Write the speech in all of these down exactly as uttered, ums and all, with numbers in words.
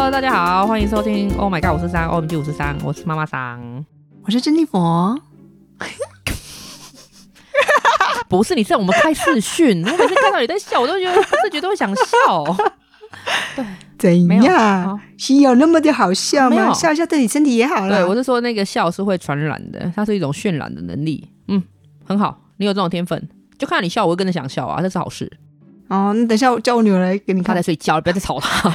Hello， 大家好，欢迎收听 Oh My God 五四三 O M G 五四三，我是妈妈桑， 我是珍妮佛。 不是，你是我们开视讯，我每次看到你在笑，我都觉得自己都会想笑。对， 怎样？是有那么的好笑吗？笑一笑对你身体也好了。 对，我是说那个笑是会传染的，它是一种渲染的能力。嗯，很好，你有这种天分，就看到你笑，我会跟着想笑啊，这是好事。 哦，那等一下我叫我女儿来给你看。 她在睡觉，不要再吵她。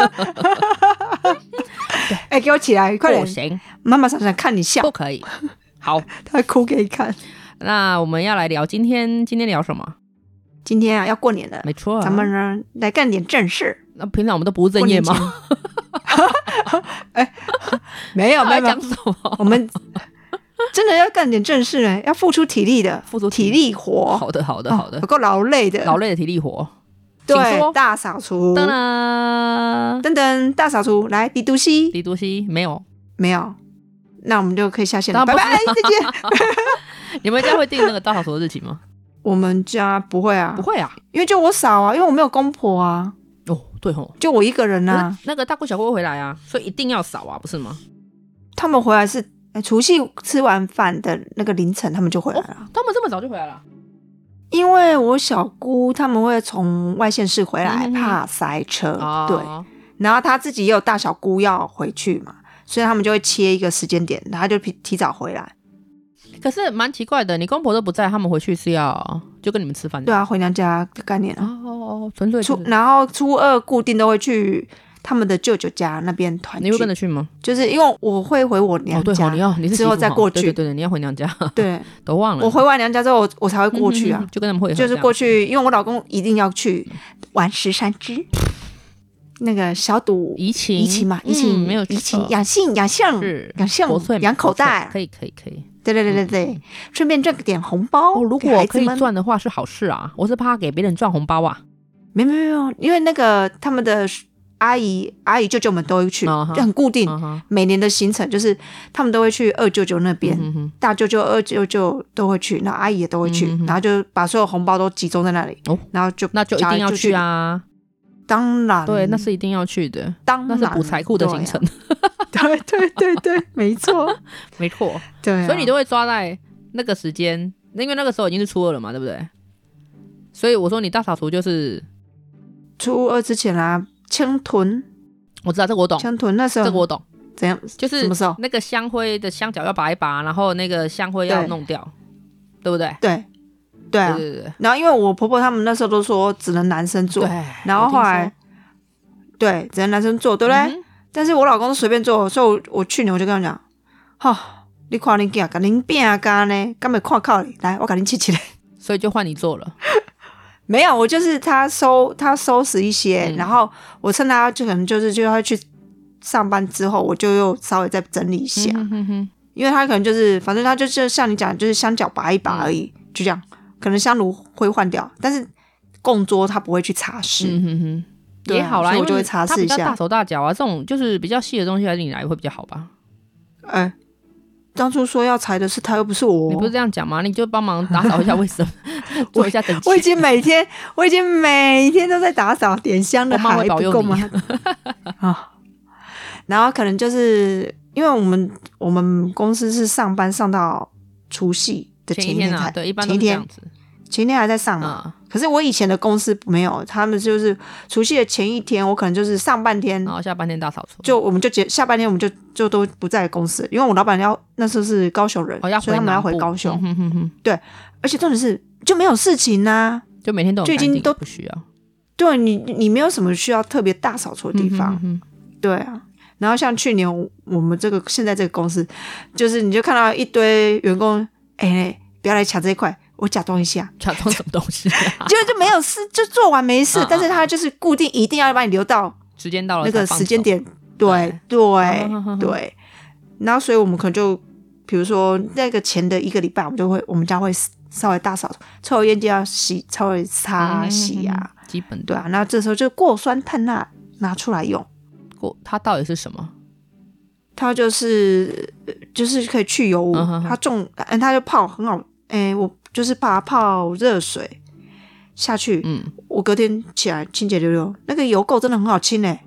哎、欸，给我起来，快点！ 不行， 妈妈想想看你笑， 不可以。好， 她会哭给你看。 那我们要来聊今天，今天聊什么？ 今天啊，要过年了， 没错、啊， 咱们呢来干点正事。 那平常我们都不务正业吗？ 哎、欸，没有没有， 讲什么？ 我们真的要干点正事呢，要付出体力的， 付出体力活。 好的，好的，好的， 有够劳累的， 劳累的体力活。 对，大扫除。 噔噔噔噔，大扫除，来，李都西， 李都西没有， 没有，那我们就可以下线了，拜拜，再见。 你们家会定那个大扫除的日期吗？ 我们家不会啊， 不会啊， 因为就我扫啊，因为我没有公婆啊。 哦，对吼， 就我一个人啊。 那个大姑小姑会回来啊，所以一定要扫啊，不是吗？ 他们回来是除夕吃完饭的那个凌晨，他们就回来了。哦、 他们这么早就回来了？ 因为我小姑他们会从外县市回来，嗯、怕塞车、哦。对，然后他自己也有大小姑要回去嘛，所以他们就会切一个时间点，然后就提早回来。 可是蛮奇怪的，你公婆都不在，他们回去是要就跟你们吃饭的？ 对啊，回娘家的概念啊。 哦哦哦，纯粹、就是。 然后初二固定都会去他们的舅舅家那边团聚。 你会跟着去吗？ 就是因为我会回我娘家， 哦、对、哦，你要你是之后再过去。 对对对，你要回娘家。 对， 都忘了。 我回完娘家之后，我, 我才会过去啊、嗯， 就跟他们会合。 就是过去，因为我老公一定要去玩十三支。那个小赌怡情怡情嘛，怡情、 嗯、没有怡情养性养性养性养口袋， 可以可以可以。 对对对对对，顺、嗯、便赚个点红包、 哦。如果可以赚的话是好事啊，我是怕给别人赚红包啊。 没没有，因为那个他们的阿姨阿姨舅舅们都会去， uh-huh, 就很固定、uh-huh. 每年的行程就是他们都会去二舅舅那边、uh-huh. 大舅舅二舅舅都会去，然后阿姨也都会去、uh-huh. 然后就把所有红包都集中在那里、哦、然后就那就一定要去啊。 当然， 对，那是一定要去的， 当然那是补财库的行程。 对对对对，没错， 没错， 对、啊， 所以你都会抓在那个时间，因为那个时候已经是初二了嘛，对不对？所以我说你大扫除就是初二之前啊，清屯， 我知道这个我懂， 清屯那时候这个我懂， 怎样？ 就是什么时候？ 那个香灰的香角要拔一拔，然后那个香灰要弄掉， 对, 对不对？ 对。对啊， 对对对， 然后因为我婆婆他们那时候都说只能男生做，然后后来对只能男生做，对不对？嗯、但是我老公随便做，所以 我, 我去年我就跟他讲，哈、哦，你看你囝，甲恁饼干呢，敢没看靠你，来我给恁切起来， 所以就换你做了。 没有，我就是他收他收拾一些、嗯，然后我趁他就可能就是就要去上班之后，我就又稍微再整理一下， 嗯、哼哼因为他可能就是反正他就是像你讲，就是香角拔一拔而已，嗯、就这样。可能香炉会换掉，但是供桌他不会去擦拭、 嗯哼哼啊、也好啦， 所以我就会擦拭一下。他比较大手大脚啊，这种就是比较细的东西，还是你来会比较好吧？ 哎、欸，当初说要裁的是他，又不是我。 你不是这样讲吗？你就帮忙打扫一下卫生，做一下等级。 我已经每天，我已经每天都在打扫，点香的还不够吗？啊，然后可能就是因为我们我们公司是上班上到除夕的前一天才， 前一天啊，对，一般都是这样子。 前一天还在上嘛、嗯，可是我以前的公司没有，他们就是除夕的前一天，我可能就是上半天， 然后下半天大扫除， 就我们就结下半天我们就就都不在公司，因为我老板要那时候是高雄人， 哦、要所以他们要回高雄、 嗯哼哼哼， 对，而且重点是就没有事情啊， 就每天都有就已经都不需要， 对你你没有什么需要特别大扫除的地方、 嗯哼哼， 对啊。然后像去年我们这个现在这个公司，就是你就看到一堆员工，哎、欸，不要来抢这一块。我假装一下， 假装什么东西、啊？ 就就没有事，就做完没事、嗯，但是他就是固定一定要把你留到时间到了那个时间点，对对对、嗯、对。然后所以我们可能就比如说那个前的一个礼拜，我们就会我们家会稍微大扫，抽油烟机要洗，稍微擦洗啊， 嗯、基本对啊。那这时候就过酸碳钠拿出来用， 过它到底是什么？ 它就是就是可以去油污，嗯、它重，嗯，它就泡很好，哎，我。就是把它泡热水下去，嗯，我隔天起来清洁溜溜，那个油垢真的很好清诶、欸。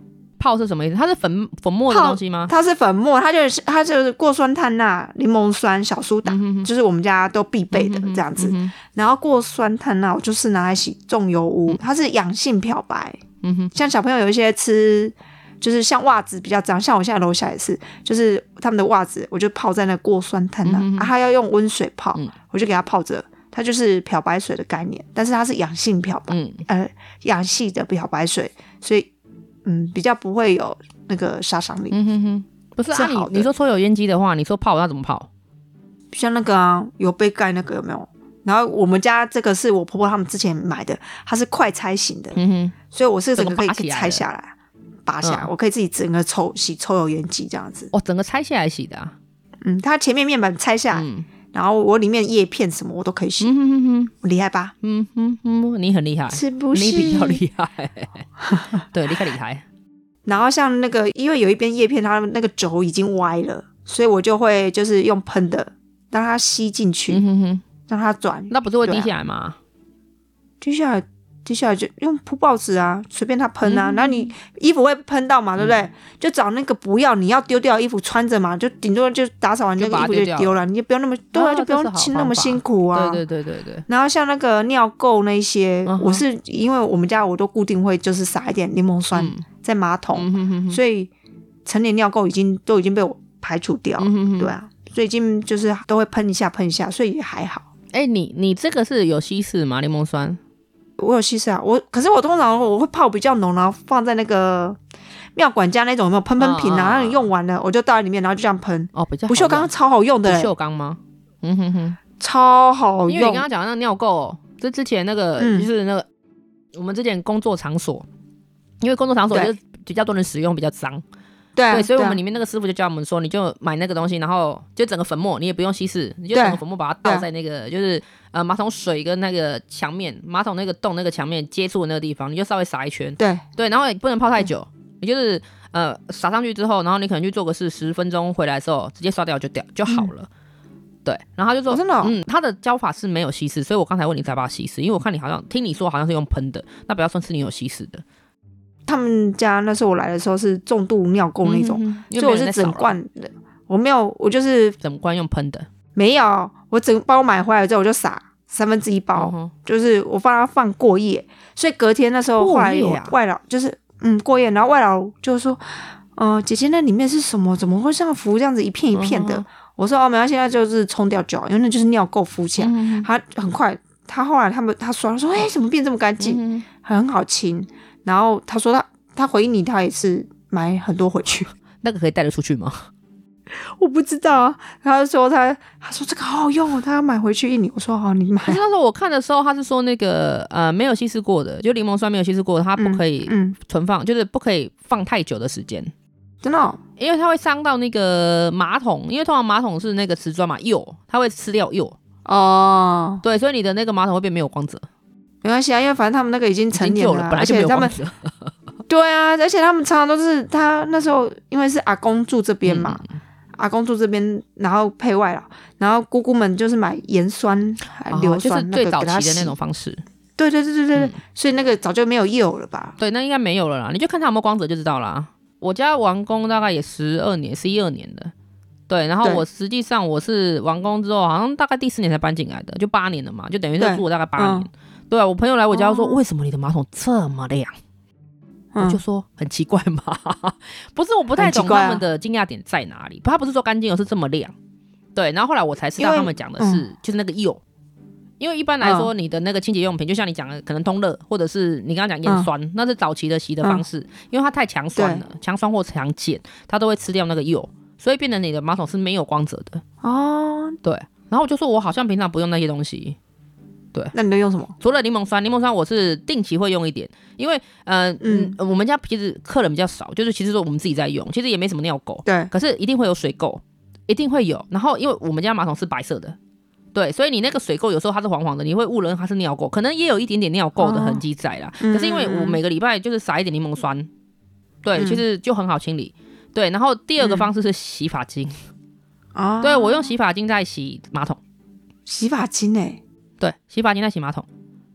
泡是什么意思？它是粉粉末的东西吗？ 它是粉末，它就是它就是过酸碳钠、柠檬酸、小苏打、嗯，就是我们家都必备的这样子。嗯、然后过酸碳钠，我就是拿来洗重油污，嗯、它是养性漂白。嗯哼，像小朋友有一些吃，就是像袜子比较脏，像我现在楼下也是，就是他们的袜子，我就泡在那过酸碳钠、嗯啊，他要用温水泡，嗯、我就给他泡着。它就是漂白水的概念，但是它是氧性漂白，嗯、呃，氧系的漂白水，所以嗯，比较不会有那个杀伤力。嗯哼哼， 不是啊，你你说抽油烟机的话，你说泡它怎么泡？ 像那个啊，油杯盖那个有没有？然后我们家这个是我婆婆他们之前买的，它是快拆型的，嗯哼，所以我是整个可以拆下来，拔下来，嗯、我可以自己整个抽洗抽油烟机这样子。 哦，整个拆下来洗的啊？ 嗯，它前面面板拆下来，嗯、然后我里面叶片什么我都可以洗，嗯哼哼，厉害吧？ 嗯哼哼，你很厉害， 是不是？ 你比较厉害，对，厉害厉害。 然后像那个，因为有一边叶片它那个轴已经歪了，所以我就会就是用喷的，让它吸进去。嗯哼哼，让它转， 那不是会滴下来吗？啊、 滴下来，滴下来就用铺报纸啊，随便它喷啊。嗯、然后你衣服会喷到嘛，对不对？嗯、就找那个不要你要丢掉的衣服穿着嘛，就顶多就打扫完那个衣服就丢了，你就不用那么对啊，就不用清那么辛苦啊。 对对对对对。 然后像那个尿垢那些，嗯、我是因为我们家我都固定会就是撒一点柠檬酸在马桶，嗯、哼哼哼，所以成年尿垢已经都已经被我排除掉了，嗯、哼哼，对啊，所以已经就是都会喷一下喷一下，所以也还好。 哎、欸，你你这个是有稀释吗？柠檬酸？ 我有稀释啊，我可是我通常我会泡比较浓，然后放在那个妙管家那种有没有喷喷瓶啊？然后你用完了，我就倒在里面，然后就这样喷。哦，比较不锈钢超好用的、欸， 不锈钢吗？嗯哼哼， 超好用。 因为你刚刚讲的那个尿垢，这之前那个、嗯、就是那个我们之前工作场所，因为工作场所就是比较多人使用，比较脏。 对、啊， 对，所以我们里面那个师傅就教我们说，你就买那个东西，然后就整个粉末，你也不用稀释，你就整个粉末把它倒在那个就是呃马桶水跟那个墙面，马桶那个洞那个墙面接触的那个地方，你就稍微撒一圈， 对对，然后也不能泡太久，你就是呃撒上去之后，然后你可能去做个事，十分钟回来的时候直接刷掉就掉就好了。嗯、对，然后他就说， 哦、真的、哦， 嗯，他的教法是没有稀释，所以我刚才问你才把它稀释，因为我看你好像听你说好像是用喷的，那不要算是你有稀释的。 他们家那时候我来的时候是重度尿垢那种，嗯、所以我是整罐的，我没有，我就是整罐用喷的， 没有，我整包买回来之后我就撒三分之一包，嗯、就是我放它放过夜，所以隔天那时候后来有外劳、啊、就是嗯过夜，然后外劳就说，呃姐姐那里面是什么？怎么会像浮这样子一片一片的？嗯、我说哦没关系，现在就是冲掉就好，因为那就是尿垢浮起来，嗯、他很快，他后来他们他刷说，哎、欸、怎么变这么干净？嗯、很好清。然后他说他他回应你，他也是买很多回去。 那个可以带得出去吗？ 我不知道啊。他就说他他说这个好好用哦，他要买回去印尼。我说好，你买。可是那时候我看的时候，他是说那个呃没有稀释过的，就柠檬酸没有稀释过的，它不可以存放，嗯嗯、就是不可以放太久的时间。 真的、哦？ 因为它会伤到那个马桶，因为通常马桶是那个瓷砖嘛，釉它会吃掉釉。哦，对，所以你的那个马桶会变没有光泽。 没关系啊，因为反正他们那个已经成年了、啊， 本来就没有光泽。 对啊，而且他们常常都是他那时候因为是阿公住这边嘛，嗯、阿公住这边，然后配外劳，然后姑姑们就是买盐酸、硫酸、 哦，就是最早期的那种方式。 对对对对对，嗯、所以那个早就没有釉了吧？ 对，那应该没有了啦，你就看它有没有光泽就知道啦。我家完工大概也十二年、十一二年的，对，然后我实际上我是完工之后，好像大概第四年才搬进来的，就八年了嘛，就等于是住了大概八年。嗯对啊，我朋友来我家说，哦、为什么你的马桶这么亮？嗯、我就说很奇怪嘛，不是我不太懂他们的惊讶点在哪里。他不是说干净，而是这么亮。对，然后后来我才知道他们讲的是、嗯、就是那个釉，因为一般来说你的那个清洁用品，就像你讲的，可能通乐或者是你刚刚讲盐酸，嗯、那是早期的洗的方式，嗯、因为它太强酸了，强酸或强碱，它都会吃掉那个釉，所以变成你的马桶是没有光泽的。哦，对，然后我就说我好像平常不用那些东西。对， 那你都用什么？ 除了柠檬酸，柠檬酸我是定期会用一点，因为呃嗯、呃，我们家其实客人比较少，就是其实说我们自己在用，其实也没什么尿垢， 对， 可是一定会有水垢，一定会有。然后因为我们家马桶是白色的，对，所以你那个水垢有时候它是黄黄的，你会误认它是尿垢，可能也有一点点尿垢的痕迹在啦。哦、可是因为我每个礼拜就是撒一点柠檬酸，对，嗯、其实就很好清理。对，然后第二个方式是洗发精，嗯、对我用洗发精在洗马桶， 洗发精哎、欸。 对，洗发精在洗马桶，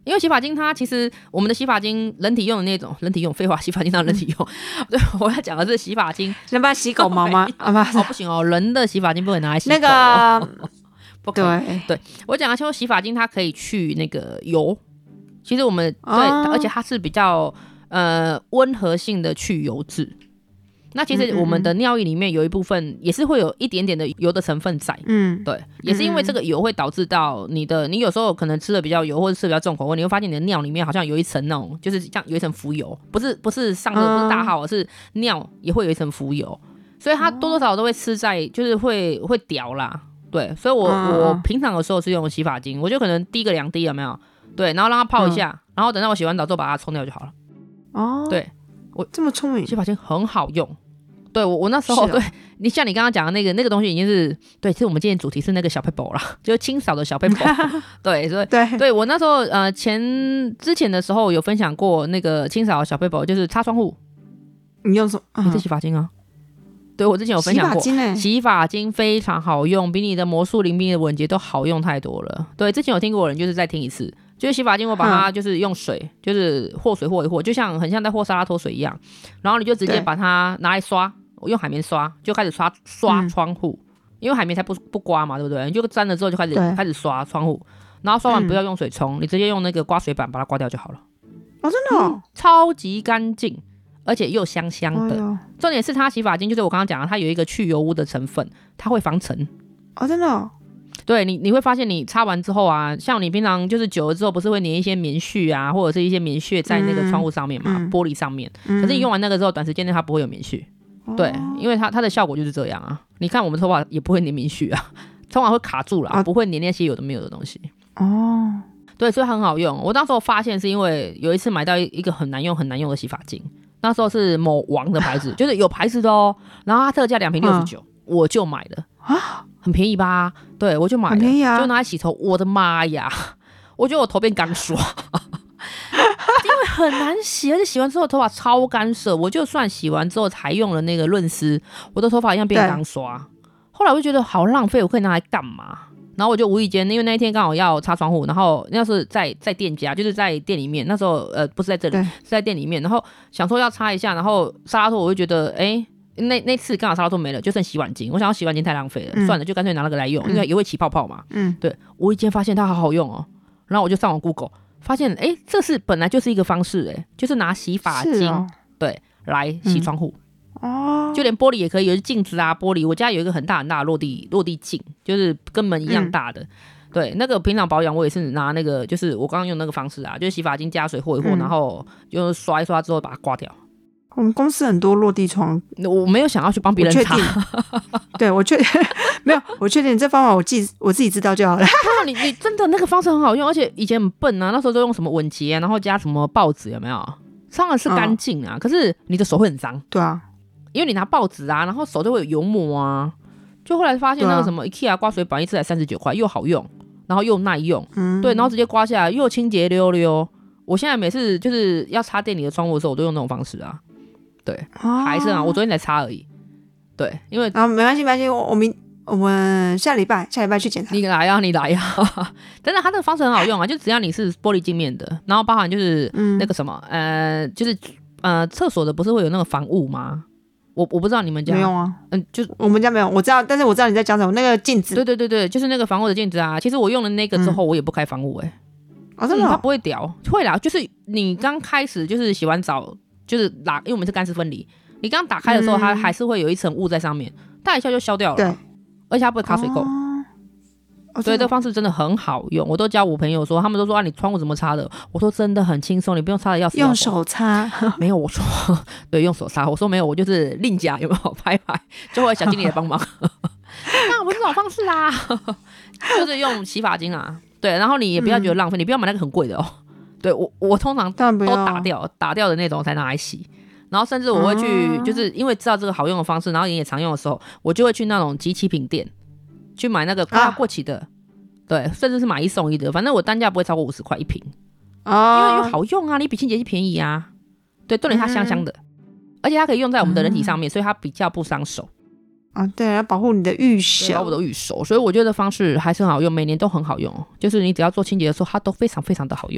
因为洗发精它其实我们的洗发精人体用的那种人体用废话洗发精当然人体用、嗯、对，我要讲的是洗发精能把它洗狗毛吗？ 啊不、哦、不行哦，人的洗发精不可以拿来洗狗、哦、 那个不可以。对对，我讲的说洗发精它可以去那个油，其实我们对、哦、而且它是比较呃温和性的去油质。那其实我们的尿液里面有一部分也是会有一点点的油的成分在，嗯，对，也是因为这个油会导致到你的，你有时候可能吃的比较油或者吃的比较重口味，你会发现你的尿里面好像有一层那种，就是像有一层浮油，不是不是上的不是大号，是尿也会有一层浮油，所以它多多少少都会吃在，就是会会掉啦，对，所以我我平常的时候是用洗发精，我就可能滴个两滴有没有？对，然后让它泡一下，嗯、然后等到我洗完澡之后把它冲掉就好了。哦，对。我这么聪明， 洗发精很好用。对我，我那时候、哦、对你像你刚刚讲的那个那个东西已经是对，其实我们今天主题是那个小 paper 啦，就是清扫的小 paper 对，所以对对我那时候呃前之前的时候有分享过那个清扫的小 paper， 就是擦窗户。 你用什么？ 也是洗发精啊。对我之前有分享过， 洗发精、欸、 洗发精非常好用，比你的魔术灵冰的稳洁都好用太多了。对，之前有听过的人就是再听一次。就是洗发精，我把它就是用水，嗯、就是和水和一和，就像很像在和沙拉脱水一样，然后你就直接把它拿来刷，我用海绵刷，就开始刷刷窗户，嗯、因为海绵才不不刮嘛，对不对？你就沾了之后就开始开始刷窗户，然后刷完不要用水冲，嗯、你直接用那个刮水板把它刮掉就好了。 哦，真的、哦嗯， 超级干净，而且又香香的。哎、重点是它洗发精，就是我刚刚讲的，它有一个去油污的成分，它会防尘。 哦，真的、哦。 对你，你会发现你擦完之后啊，像你平常就是久了之后，不是会粘一些棉絮啊，或者是一些棉屑在那个窗户上面嘛，嗯、玻璃上面。可是你用完那个之后，短时间内它不会有棉絮。嗯、对，因为它它的效果就是这样啊。你看我们头发也不会粘棉絮啊，通常会卡住啦，哦、不会粘那些有的没有的东西。哦，对，所以很好用。我当时候发现是因为有一次买到一个很难用很难用的洗发精，那时候是某王的牌子，就是有牌子的哦，然后它特价两瓶六十九，我就买了啊。很便宜吧？对，我就买了，很便宜啊，就拿来洗头。我的妈呀！我觉得我头变干爽，因为很难洗，而且洗完之后头发超干涩。我就算洗完之后才用了那个润丝，我的头发一样变刚刷。后来我就觉得好浪费，我可以拿来干嘛？然后我就无意间，因为那一天刚好要擦窗户，然后那是在在店家，就是在店里面。那时候呃不是在这里，是在店里面。然后想说要擦一下，然后沙拉托我就觉得哎。欸那那次刚好沙拉托没了，就剩洗碗巾。我想要洗碗巾太浪费了，嗯、算了，就干脆拿那个来用，嗯、因为也会起泡泡嘛。嗯，对，无意间发现它好好用哦，然后我就上网 Google， 发现哎，这是本来就是一个方式，哎，就是拿洗发精、哦、对来洗窗户。嗯、哦，就连玻璃也可以，有镜子啊，玻璃。我家有一个很大很大的落地落地镜，就是跟门一样大的。嗯、对，那个平常保养我也是拿那个，就是我刚刚用那个方式啊，就是洗发精加水和一和，嗯、然后就刷一刷之后把它刮掉。 我们公司很多落地窗， 我没有想要去帮别人擦。 对，我确定没有，我确定这方法我自己我自己知道就好了。 你你真的那个方式很好用，而且以前很笨啊，那时候都用什么稳洁，然后加什么报纸，有没有？当然是干净啊，嗯、可是你的手会很脏。 对啊， 因为你拿报纸啊，然后手就会有油膜啊。就后来发现那个什么 IKEA 刮水板一次才三十九块，又好用，然后又耐用，嗯、对，然后直接刮下来又清洁溜溜。我现在每次就是要擦店里的窗户的时候，我都用那种方式啊。对，哦、还是啊，我昨天才擦而已。对，因为啊，没关系，没关系，我我明我们下礼拜下礼拜去检查。 你来呀，你来呀！真的，它这个方式很好用啊，就只要你是玻璃镜面的，然后包含就是那个什么，嗯、呃，就是呃，厕所的不是会有那个防雾吗？我我不知道你们家没有啊， 嗯，就我们家没有，我知道，但是我知道你在讲什么，那个镜子。 对对对对，就是那个防雾的镜子啊。其实我用了那个之后，嗯、我也不开防雾哎、欸。 啊、哦，真的、哦嗯，它不会掉，会啦，就是你刚开始就是洗完澡，就是打，因为我们是干湿分离。你刚打开的时候，它还是会有一层雾在上面，但一下就消掉了。对，而且它不会卡水垢。哦、所以这个方式真的很好用，我都教我朋友说，他们都说啊，你窗户怎么擦的？我说真的很轻松，你不用擦的要死要活。 用手擦？ 没有，我说对，用手擦。我说没有，我就是另夹，有没有拍拍？就会小经理来帮忙。那不是这种方式啦，就是用洗发精啊。对，然后你也不要觉得浪费，嗯、你不要买那个很贵的哦。对我，我通常都打掉打掉的那种才拿来洗。然后甚至我会去，就是因为知道这个好用的方式，然后你也常用的时候，我就会去那种集齐品店去买那个快要过期的，啊、对，甚至是买一送一的，反正我单价不会超过五十块一瓶，啊、因为又好用啊，你比清洁剂便宜啊，对，重点它香香的，嗯、而且它可以用在我们的人体上面，嗯、所以它比较不伤手。 啊，对，要保护你的玉手， 保护我的玉手，所以我觉得方式还是很好用，每年都很好用，就是你只要做清洁的时候，它都非常非常的好用。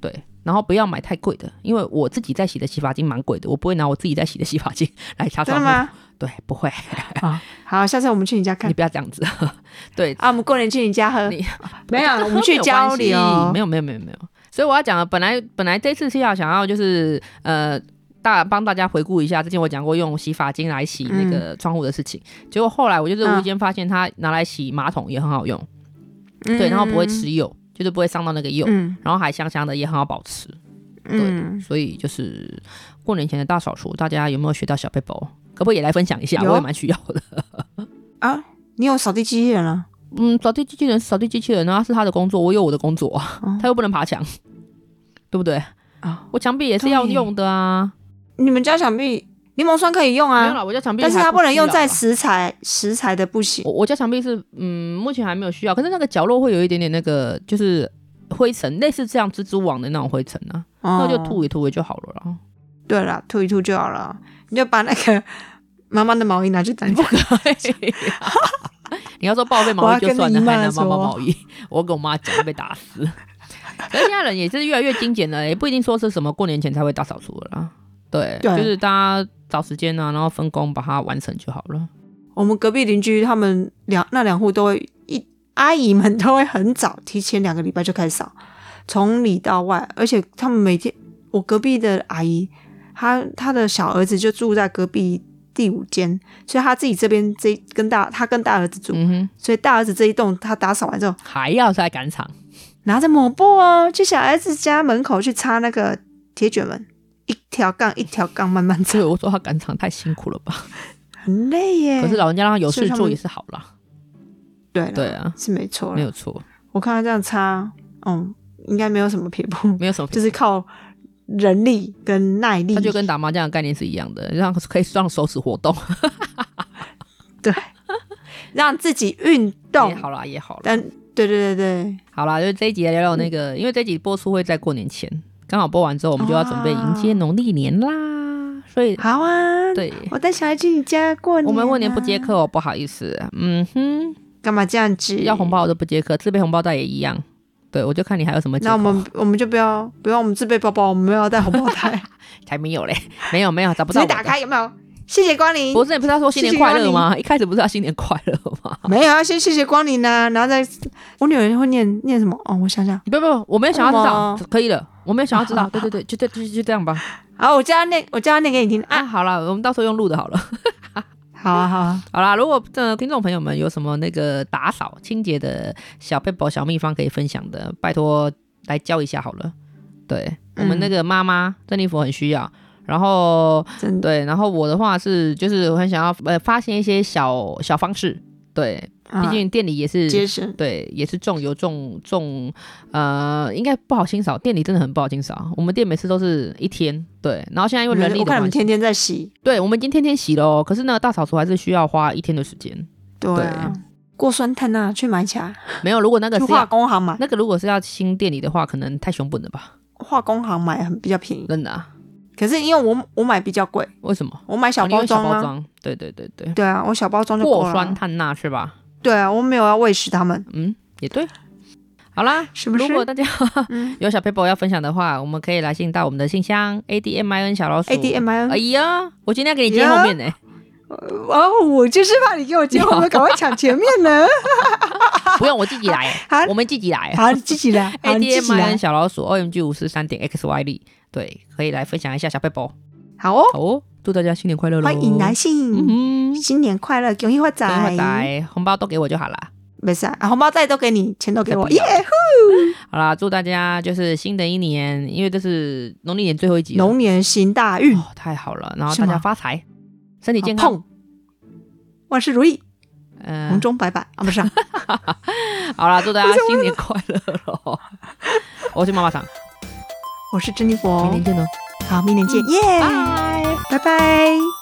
对，然后不要买太贵的，因为我自己在洗的洗发精蛮贵的，我不会拿我自己在洗的洗发精来擦窗户。真的吗？对，不会。 好，好，下次我们去你家看。 你不要这样子。对啊，我们过年去你家喝。你没有，我们去交流。 没有，没有，没有，没有。所以我要讲的，本来本来这次是要想要就是呃。大帮大家回顾一下，之前我讲过用洗发精来洗那个窗户的事情，嗯、结果后来我就是无意间发现它拿来洗马桶也很好用，嗯、对，然后不会吃釉，就是不会伤到那个釉，嗯、然后还香香的，也很好保持，对，嗯、所以就是过年前的大扫除，大家有没有学到小撇步？可不可以也来分享一下？我也蛮需要的啊！你有扫地机器人啊？ 嗯，扫地机器人是扫地机器人啊，是他的工作，我有我的工作啊，嗯、他又不能爬墙，对不对？啊，我墙壁也是要用的啊。 你们家墙壁柠檬酸可以用啊？ 没有啦，我家墙壁， 但是它不能用在食材食材的不行。 我我家墙壁是嗯，目前还没有需要，可是那个角落会有一点点那个就是灰尘，类似这样蜘蛛网的那种灰尘啊，哦、那就吐一吐就好了啦。 对啦，吐一吐就好了，你就把那个妈妈的毛衣拿去掸。 不可以。你要说报废毛衣就算了，还拿妈妈毛衣，我跟我妈讲被打死。可是现在人也是越来越精简了，也不一定说是什么过年前才会大扫除了啦。对，对，就是大家找时间啊，然后分工把它完成就好了。 我们隔壁邻居他们两那两户都会一阿姨们都会很早，提前两个礼拜就开始扫，从里到外，而且他们每天，我隔壁的阿姨，她她的小儿子就住在隔壁第五间，所以他自己这边这跟大他跟大儿子住，嗯、所以大儿子这一栋他打扫完之后还要再赶场， 拿着抹布哦，去小儿子家门口去擦那个铁卷门。一条杠一条杠慢慢擦。 我说他赶场太辛苦了吧， 很累耶。 可是老人家让他有事做也是好啦。 对对啊， 是没错， 没有错。 我看他这样擦，嗯，应该没有什么撇步， 没有什么， 就是靠人力跟耐力。 他就跟打麻将的概念是一样的，让可以让手指活动。 对，让自己运动也好啦，也好啦。 但对对对对， 好啦，就这一集来聊聊那个，嗯、因为这一集播出会在过年前。刚好播完之后，我们就要准备迎接农历年啦，哦、所以好啊， 对， 我带小孩去你家过年、啊。 我们过年不接客哦，不好意思，嗯哼， 干嘛这样子？ 要红包我都不接客，自备红包袋也一样。对，我就看你还有什么借口。 那我们我们就不要不用我们自备包包，我们没有要带红包袋， 才没有嘞，没有没有找不到。 直接打开有没有？谢谢光临。 不是你不是要说新年快乐吗？一开始不是要新年快乐吗？ 没有，要先谢谢光临啊，然后再我女儿会念念什么？哦，我想想， 不不，我没有想要知道，可以了，我没有想要知道。对对对，就就就就这样吧。 好，我叫他念，我叫他念给你听啊。好了，我们到时候用录的好了。 好啊好啊， 好啦，如果呃听众朋友们有什么那个打扫清洁的小撇步小秘方可以分享的，拜托来教一下好了。对、嗯、我们那个妈妈珍妮佛很需要。然后对，然后我的话是就是我很想要呃发现一些小小方式，对，毕竟店里也是节省， 对，也是重油重重呃，应该不好清扫，店里真的很不好清扫。我们店每次都是一天，对，然后现在因为人力的关系， 我看你们天天在洗， 对，我们已经天天洗了哦。可是呢，大扫除还是需要花一天的时间， 对啊。对过酸炭啊，去买起来。 没有，如果那个是化工行买， 那个如果是要新店里的话，可能太熊本了吧？ 化工行买很比较便宜， 真的啊。 可是因为我我买比较贵， 为什么？ 我买小包装啊， 哦、小包装，对对对对， 对啊，我小包装就够了。 过酸碳钠是吧？ 对啊，我没有要喂食他们。 嗯，也对。好啦， 是不是？ 如果大家有小 paper 要分享的话，我们可以来信到我们的信箱 A D M I N 小老鼠 A D M I N。 哎呀，我今天要给你接后面呢、欸。 哦，我就是怕你给我接后面，赶快抢前面呢。 不用，我自己来，我们自己来。 好，自己来。 A D M I N 小老鼠 O M G 五四三点 X Y Z， 对，可以来分享一下小 paper。 好哦， 好哦，祝大家新年快乐喽！ 欢迎来信，嗯、新年快乐，恭喜发财， 恭喜发财，红包都给我就好啦。 没事啊，红包袋都给你，钱都给我，耶呼！ 好啦，祝大家就是新的一年，因为这是农历年最后一集， 龙年行大运、哦， 太好了，然后大家发财，身体健康， 万事如意，呃，红中白白啊，不是、啊。 好啦，祝大家新年快乐喽！我是妈妈桑， 我是珍妮佛， 明年见哦。 好，明年见，耶、 嗯！拜拜拜。